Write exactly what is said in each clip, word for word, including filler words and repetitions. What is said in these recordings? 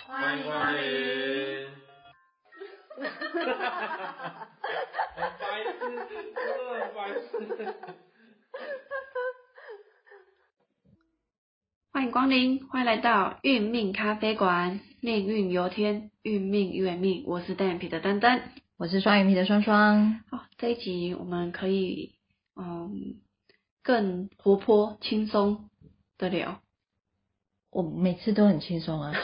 欢迎光临。很白痴，真的很白痴。 欢迎光临，欢迎来到运命咖啡馆，命运由天，运命由命。我是单眼皮的丹丹， 我是双眼皮的双双。 哦，这一集我们可以嗯更活泼轻松的聊。 我每次都很轻松啊。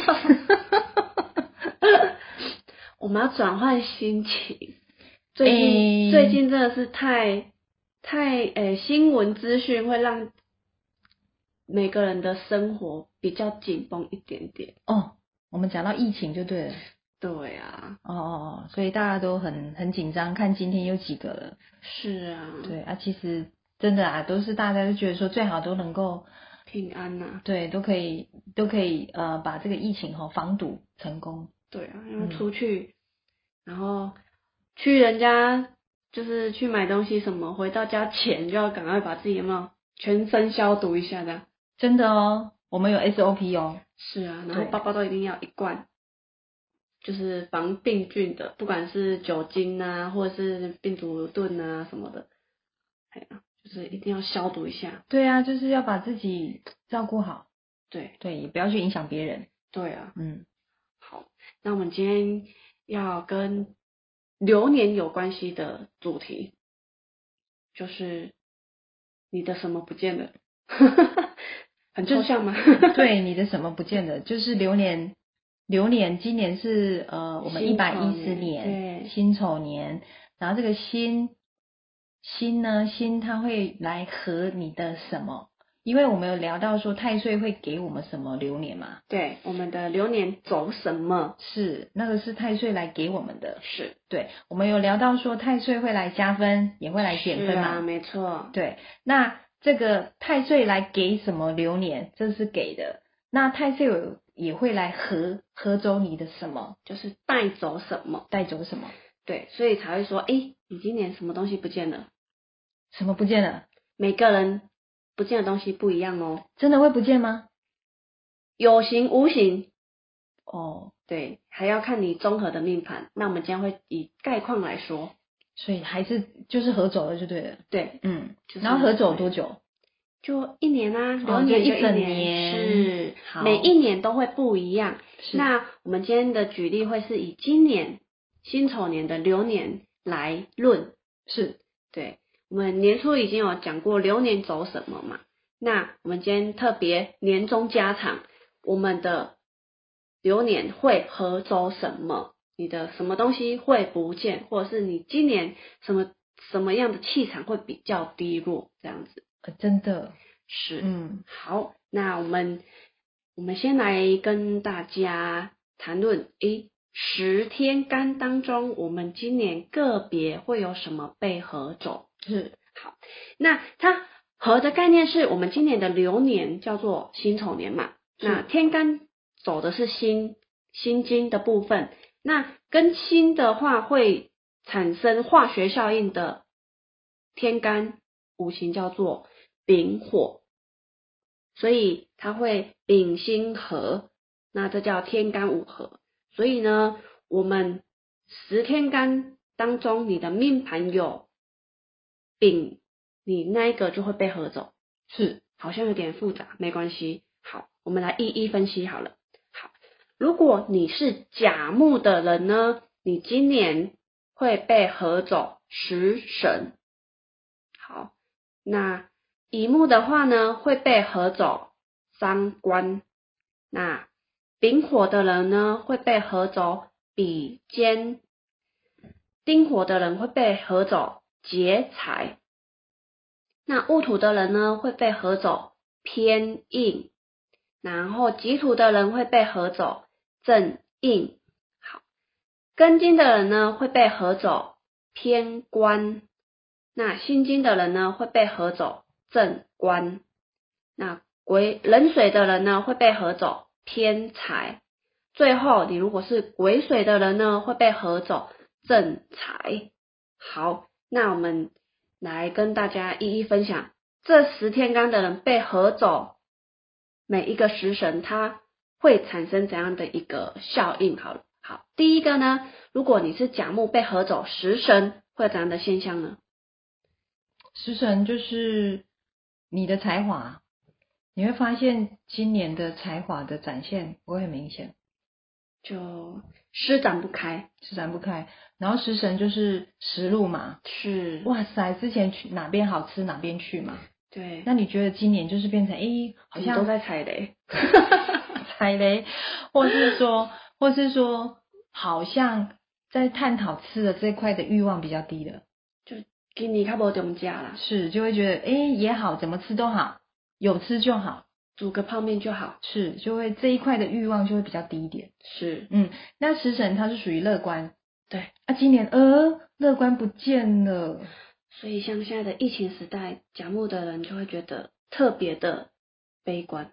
我们要转换心情。最近、 欸、 最近真的是太太诶、欸、新闻资讯会让每个人的生活比较紧绷一点点。 哦，我们讲到疫情就对了。 对啊。 哦哦哦，所以大家都很很紧张，看今天有几个了。 是啊。 对啊，其实真的啊，都是大家都觉得说最好都能够平安呐、啊。 对，都可以都可以呃把这个疫情哈、哦、防堵成功。 对啊，因为出去、嗯，然后去人家就是去买东西什么，回到家前就要赶快把自己有没有全身消毒一下的。 真的哦，我们有 S O P 哦。 是啊，然后包包都一定要一罐，就是防病菌的，不管是酒精啊，或者是病毒盾啊什么的，哎呀，就是一定要消毒一下。 对啊，就是要把自己照顾好。 对对，也不要去影响别人。 对啊。 嗯， 好，那我们今天要跟流年有关系的主题，就是你的什么不见了。很抽象吗？ 对，你的什么不见了，就是流年，流年今年是呃我们一百一十年辛丑年，然后这个辛辛呢辛它会来合你的什么？因为我们有聊到说太岁会给我们什么流年嘛？ 对，我们的流年走什么？ 是那个是太岁来给我们的。 是， 对，我们有聊到说太岁会来加分，也会来减分嘛？ 是啊，没错。 对，那这个太岁来给什么流年？这是给的。那太岁有也会来合合走你的什么？ 就是带走什么？ 带走什么？ 对，所以才会说，诶，你今年什么东西不见了？ 什么不见了？ 每个人不见的东西不一样哦。 真的会不见吗？ 有形无形。 哦， 对，还要看你综合的命盘。那我们将会以概况来说。 所以还是就是合走了就对了。 对， 嗯， 就是、 然后合走多久？ 就一年啊，流年就一年， 哦、一整年是每一年都会不一样。那我们今天的举例会是以今年辛丑年的流年来论。 是， 对，我们年初已经有讲过流年走什么嘛，那我们今天特别年终加长，我们的流年会合走什么？你的什么东西会不见，或者是你今年什么什么样的气场会比较低落，这样子。 呃、真的是。 嗯， 好，那我们我们先来跟大家谈论，诶，十天干当中，我们今年个别会有什么被合走？ 是。 好，那它合的概念是我们今年的流年叫做辛丑年嘛，那天干走的是辛辛金的部分，那跟辛的话会产生化学效应的天干五行叫做丙火，所以它会丙辛合，那这叫天干五合。所以呢，我们十天干当中，你的命盘有丙，你那一个就会被合走。 是， 好像有点复杂，没关系。好，我们来一一分析好了。好，如果你是甲木的人呢，你今年会被合走食神。好，那乙木的话呢，会被合走伤官。那丙火的人呢，会被合走比肩。丁火的人会被合走劫财。那戊土的人呢，会被合走偏印，然后己土的人会被合走正印。好，庚金的人呢会被合走偏官，那辛金的人呢会被合走正官，那癸壬水的人呢会被合走偏财，最后你如果是癸水的人呢会被合走正财。好，那我们来跟大家一一分享，这十天干的人被合走每一个食神，他会产生怎样的一个效应？好了，好，第一个呢，如果你是甲木被合走食神，会有怎样的现象呢？ 食神就是你的才华，你会发现今年的才华的展现不会很明显， 就施展不开， 施展不开。然后食神就是食禄嘛， 是， 哇塞，之前去哪边好吃哪边去嘛。 对， 那你觉得今年就是变成诶，好像都在踩雷， 踩雷，或是说，或是说，好像在探讨吃的这块的欲望比较低了， 就今年较无重价啦， 是就会觉得诶也好，怎么吃都好，有吃就好， 煮个泡面就好， 是就会这一块的欲望就会比较低一点， 是， 嗯，那食神它是属于乐观， 对， 啊，今年呃乐观不见了， 所以像现在的疫情时代，甲木的人就会觉得特别的悲观，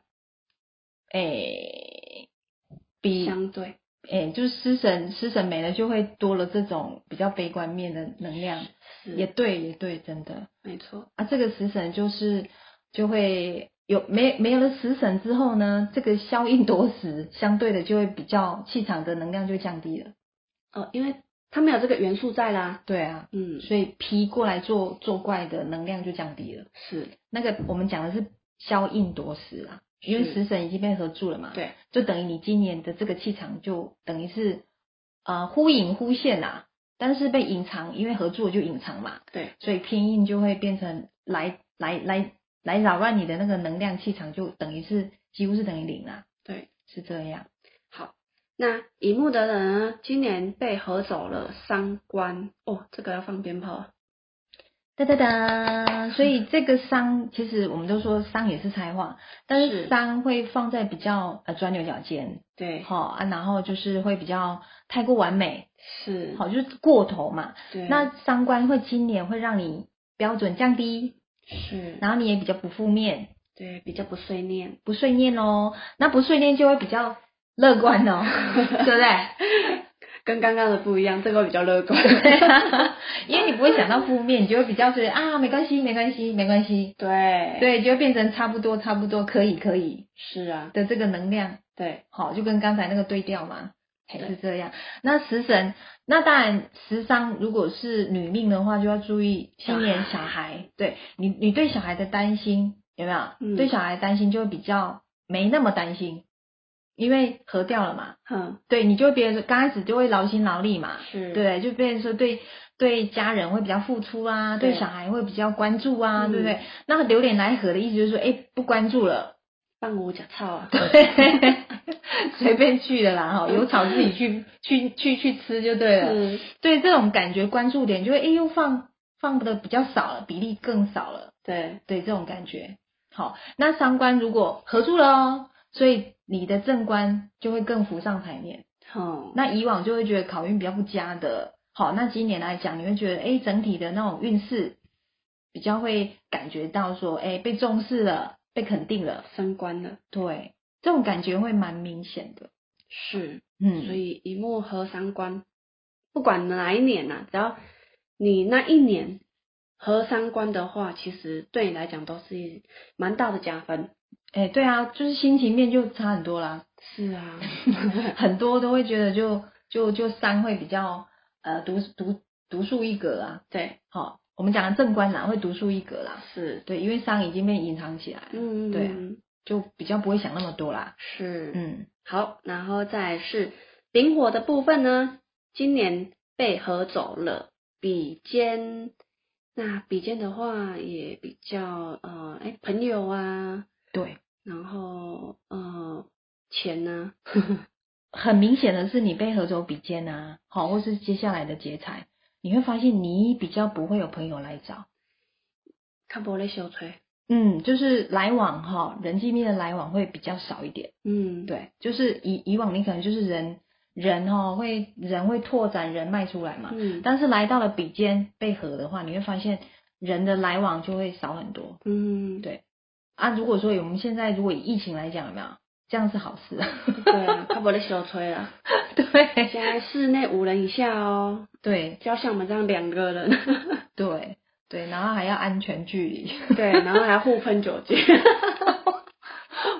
诶，比相对， 诶就是食神食神没了就会多了这种比较悲观面的能量，也对也对，真的没错啊，这个食神就是就会有没没有了食神之后呢，这个消印夺食相对的就会比较气场的能量就降低了， 哦，因为它没有这个元素在啦， 对啊， 嗯， 所以批过来做做怪的能量就降低了， 是那个我们讲的是消印夺食啦，因为食神已经被合住了嘛， 对， 就等于你今年的这个气场就等于是呃忽隐忽现啦，但是被隐藏，因为合住了就隐藏嘛， 对， 所以偏印就会变成来来来来扰乱你的那个能量气场，就等于是几乎是等于零啦， 对， 是这样。 好，那乙木的人呢，今年被合走了伤官，哦，这个要放鞭炮。 哒哒哒，所以这个伤，其实我们都说伤也是才华，但是伤会放在比较呃钻牛角尖， 对， 好啊，然后就是会比较太过完美， 是， 好就是过头嘛。 对， 那伤官会今年会让你标准降低， 是， 然后你也比较不负面， 对，比较不碎念， 不碎念哦，那不碎念就会比较乐观哦，对不对？ 跟刚刚的不一样，这个比较乐观， 因为你不会想到负面，你就会比较觉得啊没关系没关系没关系， 对对，就会变成差不多差不多可以可以是啊的这个能量， 对， 好，就跟刚才那个对调嘛，还是这样。那食神，那当然食伤如果是女命的话，就要注意今年小孩，对你你对小孩的担心有没有？ 嗯、 对小孩担心就会比较没那么担心。因为合掉了嘛， 嗯， 对，你就会别人刚开始就会劳心劳力嘛， 是， 对，就变成说对对家人会比较付出啊，对小孩会比较关注啊， 嗯、 对不对？那流年来合的意思就是说，哎，不关注了， 放无假草啊， 对，随便去的啦，哈，有草自己去去去去吃就对了， 是， 对，这种感觉关注点就会哎又放放的比较少了，比例更少了， 对对，这种感觉，好，那三官如果合住了哦，所以你的正官就会更浮上台面， 哦， 那以往就会觉得考运比较不佳的，好，那今年来讲，你会觉得，哎，整体的那种运势比较会感觉到说，哎，被重视了，被肯定了， 升官了， 对，这种感觉会蛮明显的， 是， 嗯， 所以乙木合伤官，不管哪一年呐、啊，只要你那一年合伤官的话，其实对你来讲都是蛮大的加分。 哎，对啊，就是心情面就差很多啦。 是啊， 很多都会觉得就就就三会比较呃独独独树一格啊。 对， 好、哦，我们讲的正官啦会独树一格啦。 是， 对，因为伤已经被隐藏起来了。 嗯， 对啊，就比较不会想那么多啦。 是， 嗯， 好，然后再来是丙火的部分呢，今年被合走了比肩。那比肩的话也比较呃，哎，朋友啊， 对， 然后呃，钱呢、 啊，很明显的是你被合走比肩啊，好，或是接下来的劫财，你会发现你比较不会有朋友来找， 看不来小吹， 嗯，就是来往哈，人际面的来往会比较少一点， 嗯， 对，就是以以往你可能就是人。人哦会人会拓展人脉出来嘛， 嗯， 但是来到了比肩被合的话，你会发现人的来往就会少很多。 嗯， 对啊，如果说我们现在如果以疫情来讲，有没有这样是好事？ 对啊，看不来小吹啦。 对， 现在室内五人以下哦。 对， 就要像我们这样两个人。 对对，然后还要安全距离。 对，然后还要互喷酒精。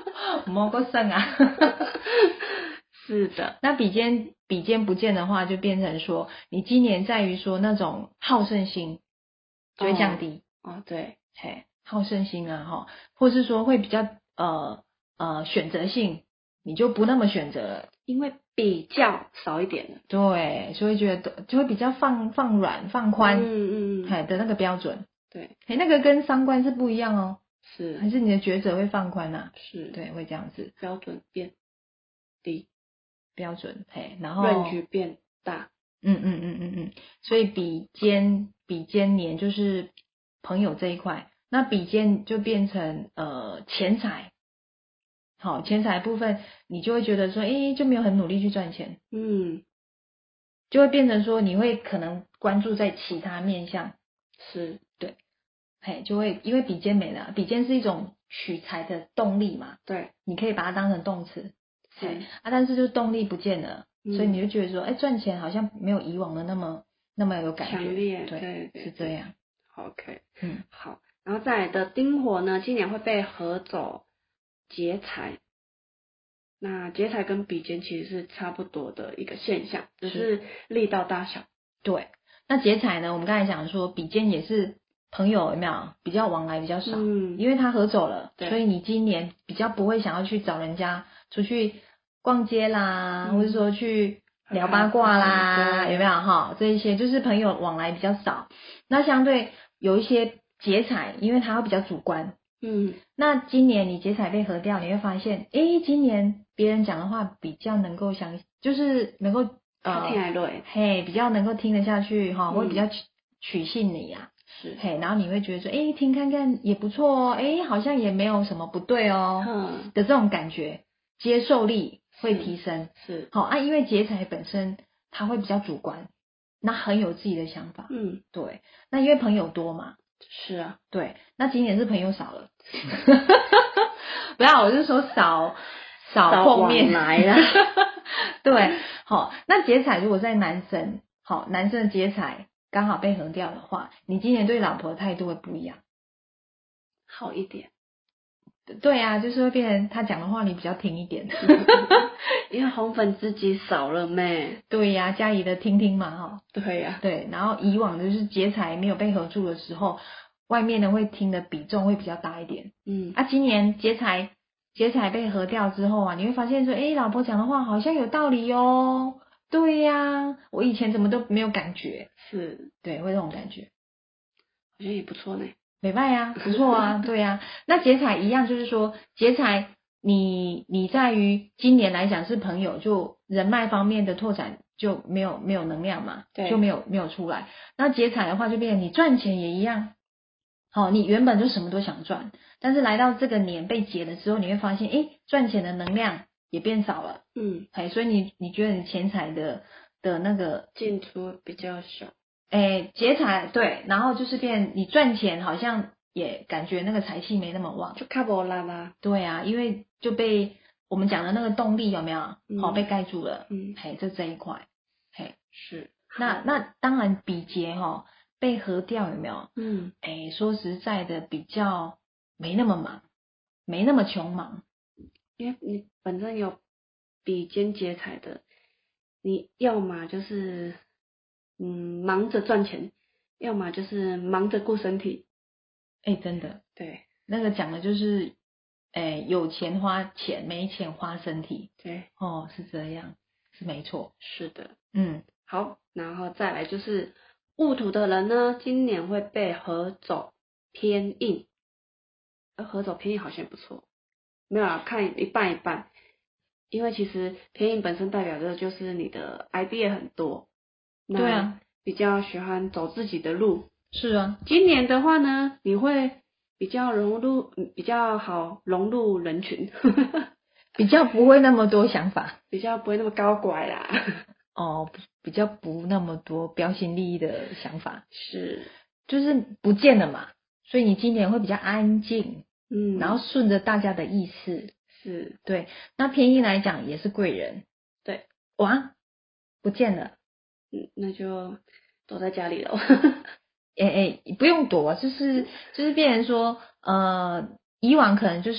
摸个肾啊。 是的， 那比肩比肩不见的话，就变成说，你今年在于说那种好胜心就会降低。 哦，哦对， 嘿，好胜心啊，哈，或是说会比较呃呃选择性，你就不那么选择了， 因为比较少一点了。 对，所以觉得就会比较放放软放宽， 嗯嗯嗯， 嘿的那个标准。 对， 嘿，那个跟三观是不一样哦。 是， 还是你的抉择会放宽啊？ 是， 对，会这样子， 标准变低， 标准，嘿，然后润局变大。 嗯嗯嗯嗯嗯，所以比肩比肩年就是朋友这一块，那比肩就变成呃钱财，好，钱财部分你就会觉得说，诶，就没有很努力去赚钱， 嗯， 就会变成说你会可能关注在其他面向， 是， 对，嘿，就会因为比肩没了，比肩是一种取财的动力嘛， 对， 你可以把它当成动词， 是嘿啊，但是就是动力不见了， 嗯所以你就觉得说，哎，赚钱好像没有以往的那么那么有感觉， 强烈， 对， 对对是这样。 OK， 嗯， 好，然后再来的丁火呢，今年会被合走劫财。那劫财跟比肩其实是差不多的一个现象，只是力道大小。 对，那劫财呢，我们刚才讲说比肩也是朋友有没有比较往来比较少， 嗯， 因为他合走了， 对， 所以你今年比较不会想要去找人家出去逛街啦， 嗯或者说去聊八卦啦，有没有哈？这一些就是朋友往来比较少，那相对有一些劫财，因为它会比较主观。 嗯， 那今年你劫财被合掉，你会发现，诶，今年别人讲的话比较能够相，就是能够呃， 听来对， 嘿，比较能够听得下去哈， 嗯会比较取取信你呀、啊， 是， 嘿，然后你会觉得说，诶，听看看也不错哦，诶，好像也没有什么不对哦， 嗯的这种感觉，接受力会提升， 是， 好啊，因为劫财本身它会比较主观，那很有自己的想法， 嗯， 对，那因为朋友多嘛。 是啊， 对，那今年是朋友少了，不要，我是说少少碰面来啦。 对，好，那劫财如果在男生，好，男生的劫财刚好被合掉的话，你今年对老婆的态度会不一样， 好一点。 对啊，就是会变成他讲的话你比较听一点， 因为红粉知己少了咩？ 对呀、啊，嘉怡的听听嘛，哈， 对呀、啊， 对，然后以往的就是劫财没有被合住的时候，外面的会听的比重会比较大一点， 嗯， 啊，今年劫财劫财被合掉之后啊，你会发现说，诶，老婆讲的话好像有道理哦，对呀、啊，我以前怎么都没有感觉， 是， 对，会这种感觉， 好像也不错呢。 没办呀，不错啊，对呀、啊，那劫财一样，就是说劫财，你你在于今年来讲是朋友，就人脉方面的拓展就没有没有能量嘛， 对， 就没有没有出来。那劫财的话，就变成你赚钱也一样，好、哦，你原本就什么都想赚，但是来到这个年被劫了之后，你会发现，诶，赚钱的能量也变少了， 嗯， 哎，所以你你觉得你钱财的的那个进出比较小。 诶，劫财对，然后就是变你赚钱好像也感觉那个财气没那么旺， 就看不啦啦。 对啊，因为就被我们讲的那个动力有没有？好、 嗯、 被盖住了。 嗯， 嘿，就这一块，嘿， 是。 那那当然比劫哈、哦、被合掉有没有？ 嗯， 诶，说实在的，比较没那么忙，没那么穷忙， 因为你本身有比肩劫财的，你要么就是嗯忙着赚钱，要么就是忙着顾身体。 哎，真的， 对， 那个讲的就是，哎，有钱花钱，没钱花身体。 对， 哦，是这样，是没错。 是的， 嗯， 好，然后再来就是戊土的人呢，今年会被合走偏印，而合走偏印好像也不错，没有啦，看一半一半，因为其实偏印本身代表的就是你的 idea 很多， 对啊， 比较喜欢走自己的路。 是啊， 今年的话呢，你会比较融入，比较好融入人群， 比较不会那么多想法， 比较不会那么高拐啦。 哦，比较不那么多标新立异的想法， 是， 就是不见了嘛，所以你今年会比较安静， 嗯， 然后顺着大家的意思， 是， 对，那偏印来讲也是贵人， 对， 哇，不见了， 嗯，那就躲在家里了。 哎哎，不用躲，就是就是变成说，呃，以往可能就是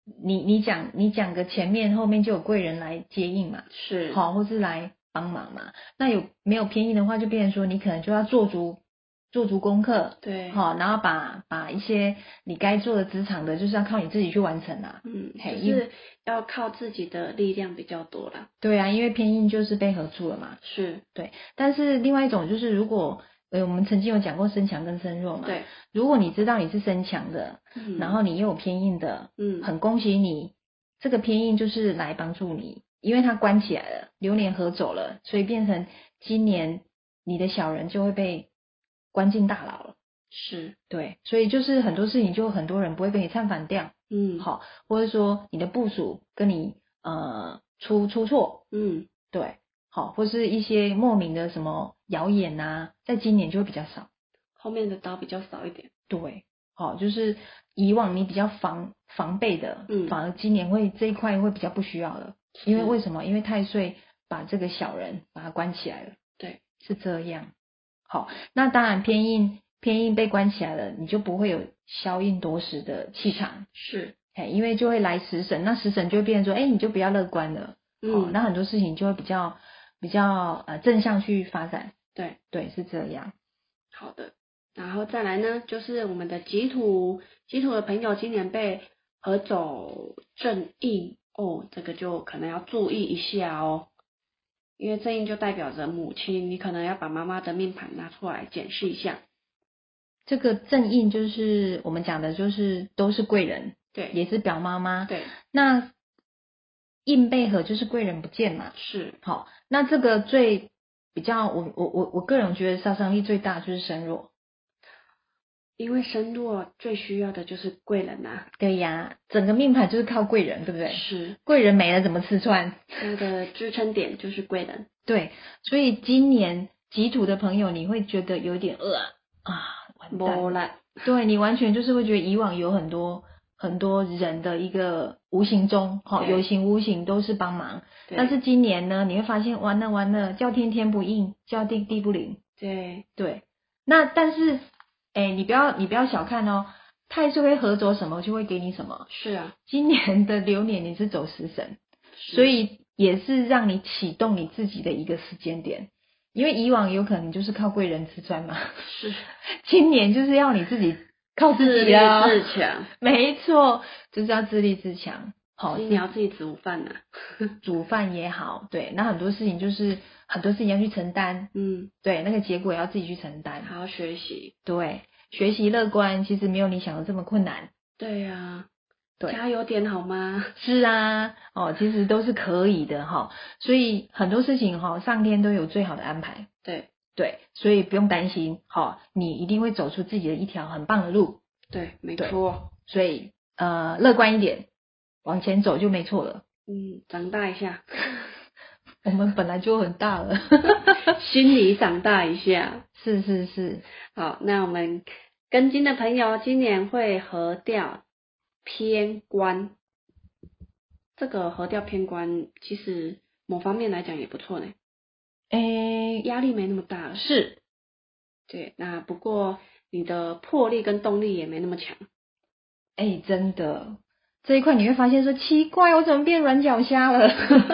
你你讲你讲个前面后面就有贵人来接应嘛， 是， 好，或是来帮忙嘛。那有没有偏印的话，就变成说你可能就要做足做足功课， 对， 好，然后把把一些你该做的职场的，就是要靠你自己去完成啊。 嗯，就是要靠自己的力量比较多啦。 对啊，因为偏印就是被合住了嘛。 是， 对。但是另外一种就是，如果呃我们曾经有讲过身强跟身弱嘛， 对， 如果你知道你是身强的， 嗯， 然后你又有偏印的， 嗯， 很恭喜你，这个偏印就是来帮助你，因为它关起来了，流年合走了，所以变成今年你的小人就会被关进大牢了。 是， 对，所以就是很多事情就很多人不会跟你唱反调， 嗯， 好，或者说你的部属跟你呃出出错， 嗯， 对，好，或是一些莫名的什么谣言啊，在今年就会比较少， 后面的刀比较少一点。 对，好，就是以往你比较防防备的， 嗯， 反而今年会这一块会比较不需要了，因为为什么？因为太岁把这个小人把它关起来了， 对， 是这样。好，那当然偏印偏印被关起来了，你就不会有消印夺食的气场， 是， 哎，因为就会来食神，那食神就会变成说，哎，你就不要乐观了， 嗯， 哦，那很多事情就会比较比较呃正向去发展， 对， 对，是这样。 好的，然后再来呢，就是我们的己土，己土的朋友今年被合走正印哦，这个就可能要注意一下哦。因为正印就代表着母亲，你可能要把妈妈的命盘拿出来检视一下。 这个正印就是我们讲的，就是都是贵人， 对， 也是表妈妈， 对。 那印被合就是贵人不见嘛， 是。 好，那这个最比较，我我我我个人觉得杀伤力最大就是身弱。 因为身弱最需要的就是贵人呐、啊。 对呀，整个命盘就是靠贵人，对不对？ 是。 贵人没了怎么吃穿？ 它的支撑点就是贵人。 对，所以今年己土的朋友，你会觉得有点饿啊，完蛋了。对，你完全就是会觉得以往有很多很多人的一个无形中，哈、哦，有形无形都是帮忙，但是今年呢，你会发现完了完了，叫天天不应，叫地地不灵。 对对，那但是。哎，你不要你不要小看哦，太岁会合走什么就会给你什么。 是啊， 今年的流年你是走食神，所以也是让你启动你自己的一个时间点。因为以往有可能就是靠贵人吃穿嘛， 是， 今年就是要你自己靠自己啊， 自立自强。 没错，就是要自立自强。 好，你要自己煮饭呐、 啊，煮饭也好，对，那很多事情就是很多事情要去承担， 嗯， 对，那个结果也要自己去承担， 好好学习， 对，学习乐观，其实没有你想的这么困难， 对呀、啊， 对， 加油点好吗？ 是啊，哦，其实都是可以的哈，所以很多事情哈，上天都有最好的安排， 对对，所以不用担心，哈，你一定会走出自己的一条很棒的路， 对，没错， 所以呃，乐观一点。往前走就没错了。 嗯，长大一下。 我们本来就很大了。 心理长大一下。 是是是。 好，那我们庚金的朋友今年会合掉偏官。这个合掉偏官，其实某方面来讲也不错呢。 诶， 压力没那么大了。 是。 对，那不过你的魄力跟动力也没那么强。 诶，真的。这一块你会发现说奇怪，我怎么变软脚虾了？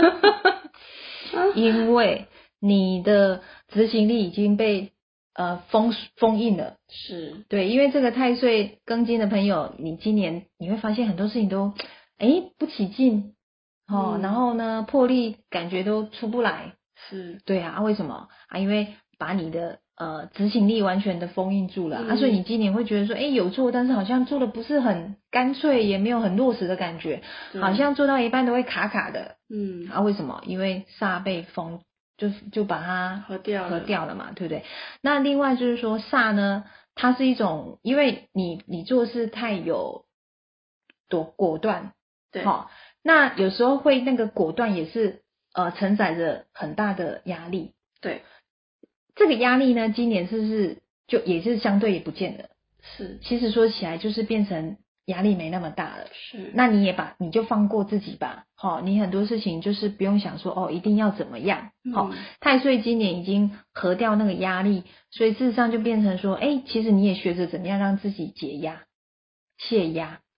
因为你的执行力已经被呃封封印了。 是。 对，因为这个太岁庚金的朋友，你今年你会发现很多事情都诶不起劲哦、嗯，然后呢魄力感觉都出不来。 是。 对啊，为什么啊？因为把你的呃执行力完全的封印住了、嗯、啊，所以你今年会觉得说，哎，有做，但是好像做的不是很干脆，也没有很落实的感觉，好像做到一半都会卡卡的。嗯，啊，为什么？因为煞被封，就就把它合掉合掉了嘛，对不对？那另外就是说煞呢，它是一种，因为你你做事太有多果断， 对， 好、哦，那有时候会那个果断也是呃承载着很大的压力。 对。 这个压力呢，今年是不是就也是相对也不见了？ 是， 其实说起来就是变成压力没那么大了。 是， 那你也把你就放过自己吧。好、哦，你很多事情就是不用想说哦，一定要怎么样。好、嗯哦，太岁今年已经合掉那个压力，所以事实上就变成说，哎，其实你也学着怎么样让自己解压、泄压。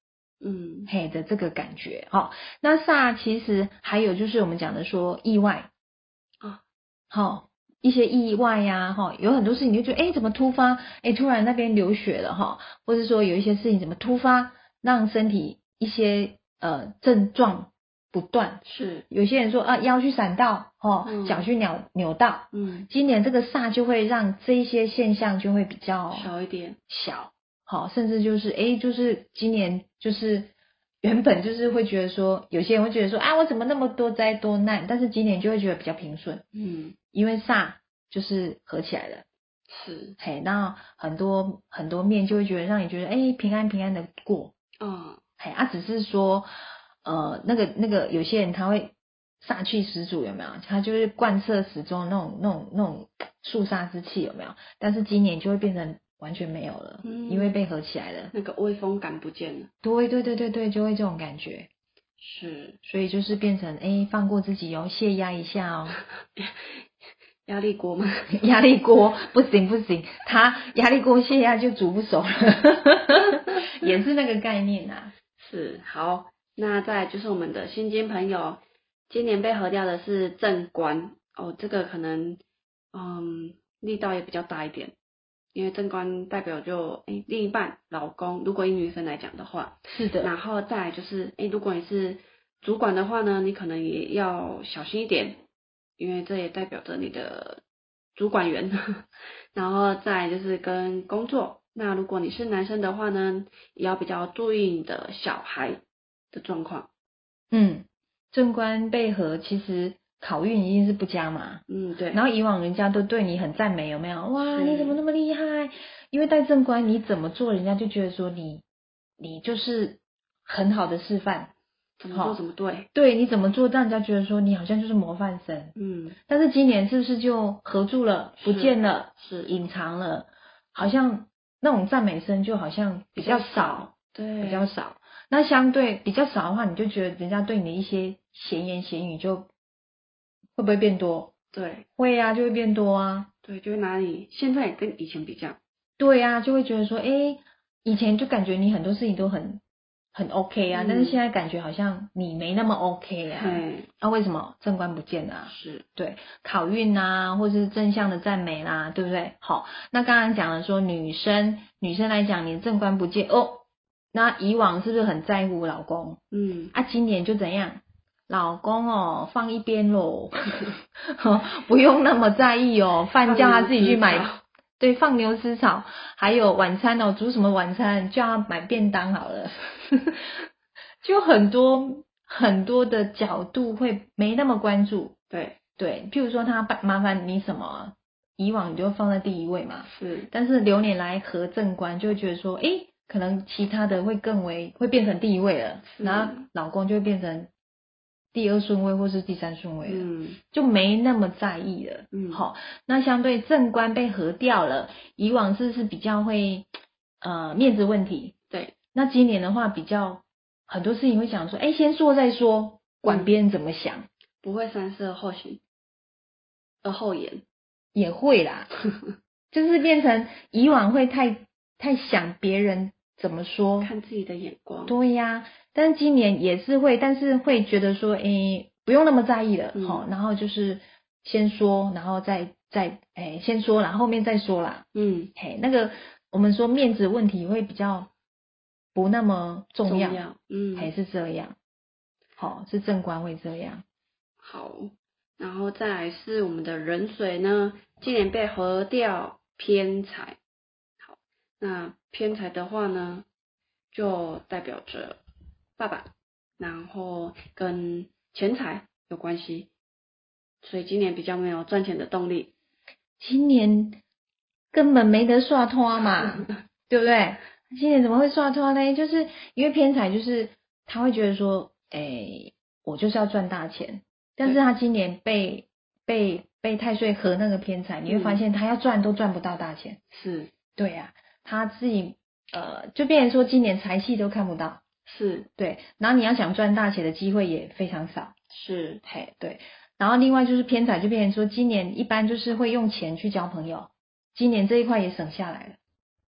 嗯， 嘿的这个感觉。好、哦，那煞其实还有就是我们讲的说意外啊， 好、哦。一些意外呀、啊，哈，有很多事情你就觉得，哎，怎么突发，哎，突然那边流血了哈，或者说有一些事情怎么突发，让身体一些呃症状不断， 是有些人说啊腰去闪到，哦， 嗯脚去扭扭到， 嗯， 今年这个煞就会让这一些现象就会比较少一点， 小，好、甚至就是哎，就是今年就是原本就是会觉得说，有些人会觉得说啊我怎么那么多灾多难，但是今年就会觉得比较平顺， 嗯， 因为煞就是合起来了， 是， 嘿，那很多很多面就会觉得让你觉得哎平安平安的过， 嗯， 嘿啊，只是说呃那个那个有些人他会煞气十足有没有？他就是贯彻始终那种那种那种肃杀之气有没有？但是今年就会变成完全没有了， 嗯， 因为被合起来了， 那个威风感不见了， 对对对对对，就会这种感觉， 是， 所以就是变成哎放过自己哦，泄压一下哦。 压力锅吗？ 压力锅不行不行，他压力锅泄压就煮不熟了，也是那个概念啊。 是，好，那再来就是我们的新金朋友，今年被合掉的是正官哦，这个可能嗯力道也比较大一点，因为正官代表就诶另一半老公，如果以女生来讲的话， 是的， 然后再来就是诶如果你是主管的话呢，你可能也要小心一点，因为这也代表着你的主管员，然后再来就是跟工作。那如果你是男生的话呢，也要比较注意你的小孩的状况。 嗯，正官被合，其实考运一定是不佳嘛。 嗯，对。 然后以往人家都对你很赞美，有没有？哇， 是你怎么那么厉害？因为带正官，你怎么做，人家就觉得说你你就是很好的示范， 怎么做怎么对。 对，你怎么做，让人家觉得说你好像就是模范生。 嗯， 但是今年是不是就合住了，不见了， 是隐藏了，好像那种赞美声就好像比较少， 对， 比较少。那相对比较少的话，你就觉得人家对你的一些闲言闲语就会不会变多？ 对， 会啊，就会变多啊。 对，就会拿你现在跟以前比较。 对啊，就会觉得说，诶，以前就感觉你很多事情都很很 OK 啊， 嗯、 但是现在感觉好像你没那么 OK 啊。那、啊、为什么正官不见了、啊？ 是， 对，考运啊，或是正向的赞美啦，对不对？好，那刚刚讲了说女生，女生来讲，你的正官不见哦，那以往是不是很在乎老公？ 嗯， 啊，今年就怎样？老公哦，放一边咯，不用那么在意哦，饭叫他自己去买。对，放牛吃草，还有晚餐哦，煮什么晚餐，叫他买便当好了。就很多很多的角度会没那么关注。 对对，譬如说他麻烦你什么，以往你就放在第一位嘛。 是， 但是流年来合正官，就会觉得说，诶，可能其他的会更为会变成第一位了，然后老公就会变成第二顺位或是第三顺位了， 嗯， 就没那么在意了。 嗯， 好，那相对正官被合掉了，以往是是比较会呃面子问题。 对， 那今年的话比较很多事情会想说，哎，先说再说，管别人怎么想， 嗯、不会三思而后行，而后言也会啦，就是变成以往会太太想别人怎么说， 看自己的眼光。 对呀、啊，但是今年也是会，但是会觉得说，哎，不用那么在意了，好、嗯，然后就是先说，然后再再哎先说，然后后面再说啦， 嗯， 嘿，那个我们说面子问题会比较不那么重要， 重要嗯， 还是这样，好、哦，是正官会这样。 好，然后再来是我们的壬水呢，今年被合掉偏财。好，那偏财的话呢，就代表着爸爸，然后跟钱财有关系，所以今年比较没有赚钱的动力。 今年根本没得刷拖嘛，对不对？今年怎么会刷拖呢？就是因为偏财，就是他会觉得说，哎，我就是要赚大钱，但是他今年被被被太岁合那个偏财，你会发现他要赚都赚不到大钱。 是， 对呀、啊，他自己呃，就变成说今年财气都看不到。 是， 对，然后你要想赚大钱的机会也非常少。 是， 嘿，对。然后另外就是偏财，就变成说今年一般就是会用钱去交朋友，今年这一块也省下来了。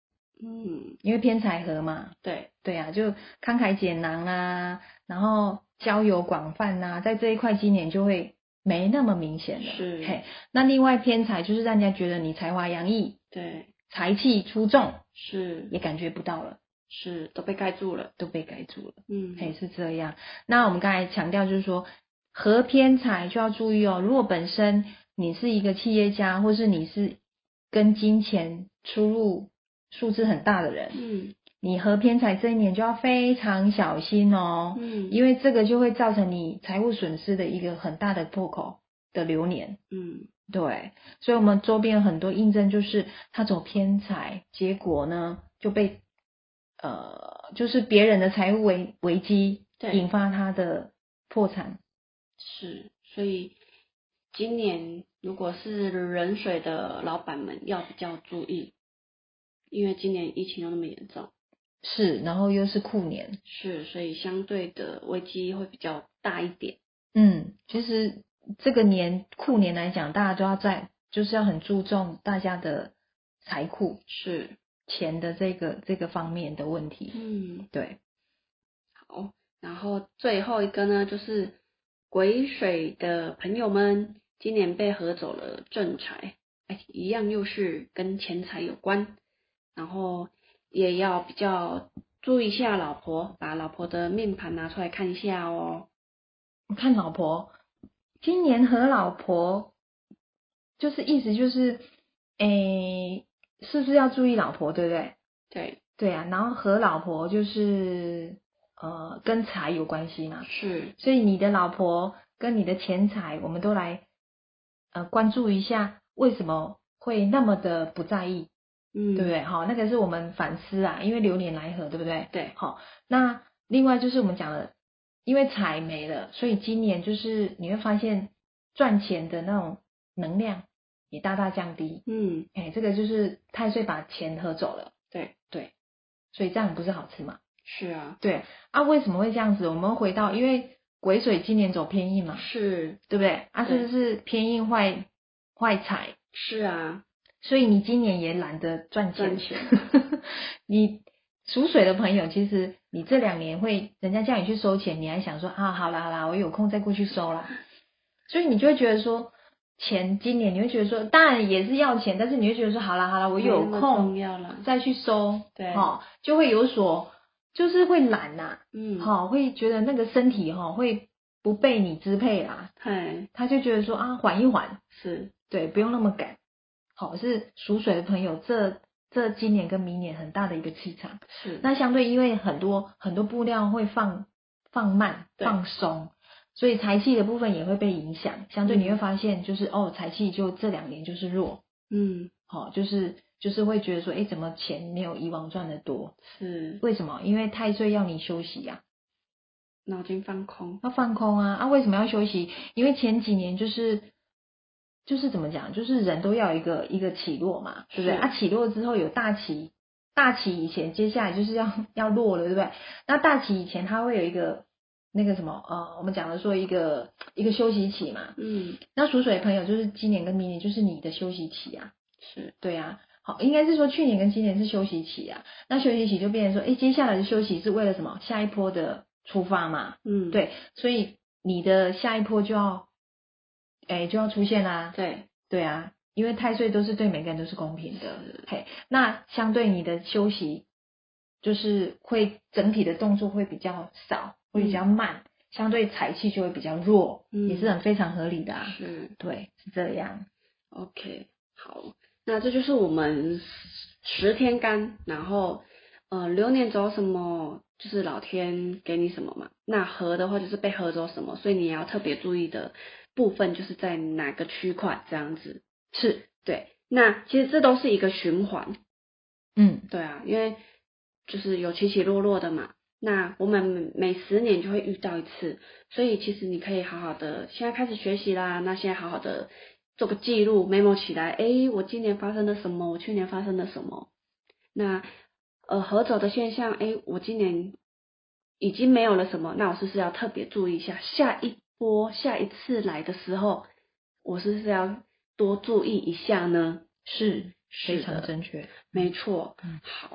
嗯， 因为偏财合嘛， 对对啊，就慷慨解囊啊，然后交友广泛啊，在这一块今年就会没那么明显了。 是， 嘿，那另外偏财就是让人家觉得你才华洋溢， 对， 财气出众， 是， 也感觉不到了， 是都被盖住了， 都被盖住了。 嗯， 嘿，是这样。那我们刚才强调就是说，合偏财就要注意哦。如果本身你是一个企业家，或是你是跟金钱出入数字很大的人， 嗯， 你合偏财这一年就要非常小心哦， 嗯， 因为这个就会造成你财务损失的一个很大的破口的流年。 嗯， 对，所以我们周边很多印证就是他走偏财，结果呢就被呃就是别人的财务危危机引发他的破产。 是，所以今年如果是冷水的老板们要比较注意，因为今年疫情又那么严重。 是，然后又是酷年。 是，所以相对的危机会比较大一点。 嗯，其实这个年酷年来讲，大家都要在，就是要很注重大家的财库， 是钱的这个这个方面的问题。 嗯， 对。 好，然后最后一个呢，就是癸水的朋友们，今年被合走了正财，哎，一样又是跟钱财有关，然后也要比较注意一下老婆，把老婆的命盘拿出来看一下哦。 看老婆，今年和老婆，就是意思就是，诶，是不是要注意老婆，对不对？ 对， 对啊，然后和老婆就是呃跟财有关系嘛， 是， 所以你的老婆跟你的钱财，我们都来呃关注一下，为什么会那么的不在意， 嗯， 对不对？好，那个是我们反思啊，因为流年来合，对不对？ 对， 好，那另外就是我们讲的，因为财没了，所以今年就是你会发现赚钱的那种能量也大大降低。 嗯， 哎，这个就是太岁把钱合走了。 对， 对，所以这样不是好吃嘛？ 是啊， 对啊，为什么会这样子？我们回到，因为癸水今年走偏印嘛， 是， 对不对？啊， 对是不是偏印坏坏财？ 是啊， 所以你今年也懒得赚钱。 赚钱你属水的朋友，其实你这两年会，人家叫你去收钱，你还想说啊，好啦好啦，我有空再过去收啦。所以你就会觉得说，钱今年你会觉得说，当然也是要钱，但是你会觉得说，好啦好啦，我有没那么空重要啦再去收， 对齁，就会有所，就是会懒呐、 嗯， 齁，会觉得那个身体齁会不被你支配啦， 嗨， 他就觉得说啊，缓一缓， 是， 对，不用那么赶。好，是属水的朋友，这这今年跟明年很大的一个气场。 是， 那相对因为很多很多布料会放放慢对放松，所以财气的部分也会被影响。相对你会发现就是、哦，财气就这两年就是弱， 嗯， 好、就是就是会觉得说，哎，怎么钱没有以往赚的多？ 是， 为什么？因为太岁要你休息呀、 脑筋放空， 要放空啊！啊，为什么要休息？因为前几年就是就是怎么讲，就是人都要一个一个起落嘛，对不对？ 是啊，起落之后有大起，大起以前，接下来就是要要落了，对不对？那大起以前，它会有一个那个什么呃，我们讲的说一个一个休息期嘛。 嗯， 那属水的朋友，就是今年跟明年就是你的休息期啊。 是， 对啊，好，应该是说去年跟今年是休息期啊。那休息期就变成说，哎，接下来的休息是为了什么？下一波的出发嘛。 嗯， 对，所以你的下一波就要，哎，就要出现啦。 对， 对啊，因为太岁都是对每个人都是公平的。嘿，那相对你的休息，就是会整体的动作会比较少，会比较慢，相对财气就会比较弱， 嗯也是很非常合理的啊。 是对，是这样。 ，OK，好，那这就是我们十天干，然后呃流年走什么，就是老天给你什么嘛。那合的话就是被合走什么，所以你也要特别注意的部分就是在哪个区块这样子。 是， 对，那其实这都是一个循环。 嗯， 对啊，因为就是有起起落落的嘛。那我们每十年就会遇到一次，所以其实你可以好好的现在开始学习啦。那现在好好的做个记录 memo 起来，诶，我今年发生了什么？我去年发生了什么？那呃合走的现象，诶，我今年已经没有了什么？那我是不是要特别注意一下，下一波下一次来的时候，我是不是要多注意一下呢？ 是非是的常正确。 没错， 嗯好，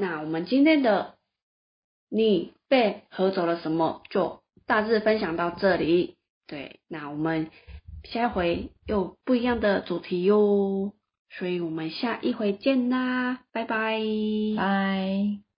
那我们今天的你被合走了什么就大致分享到这里。对，那我们下一回有不一样的主题哟，所以我们下一回见啦，拜拜。 拜。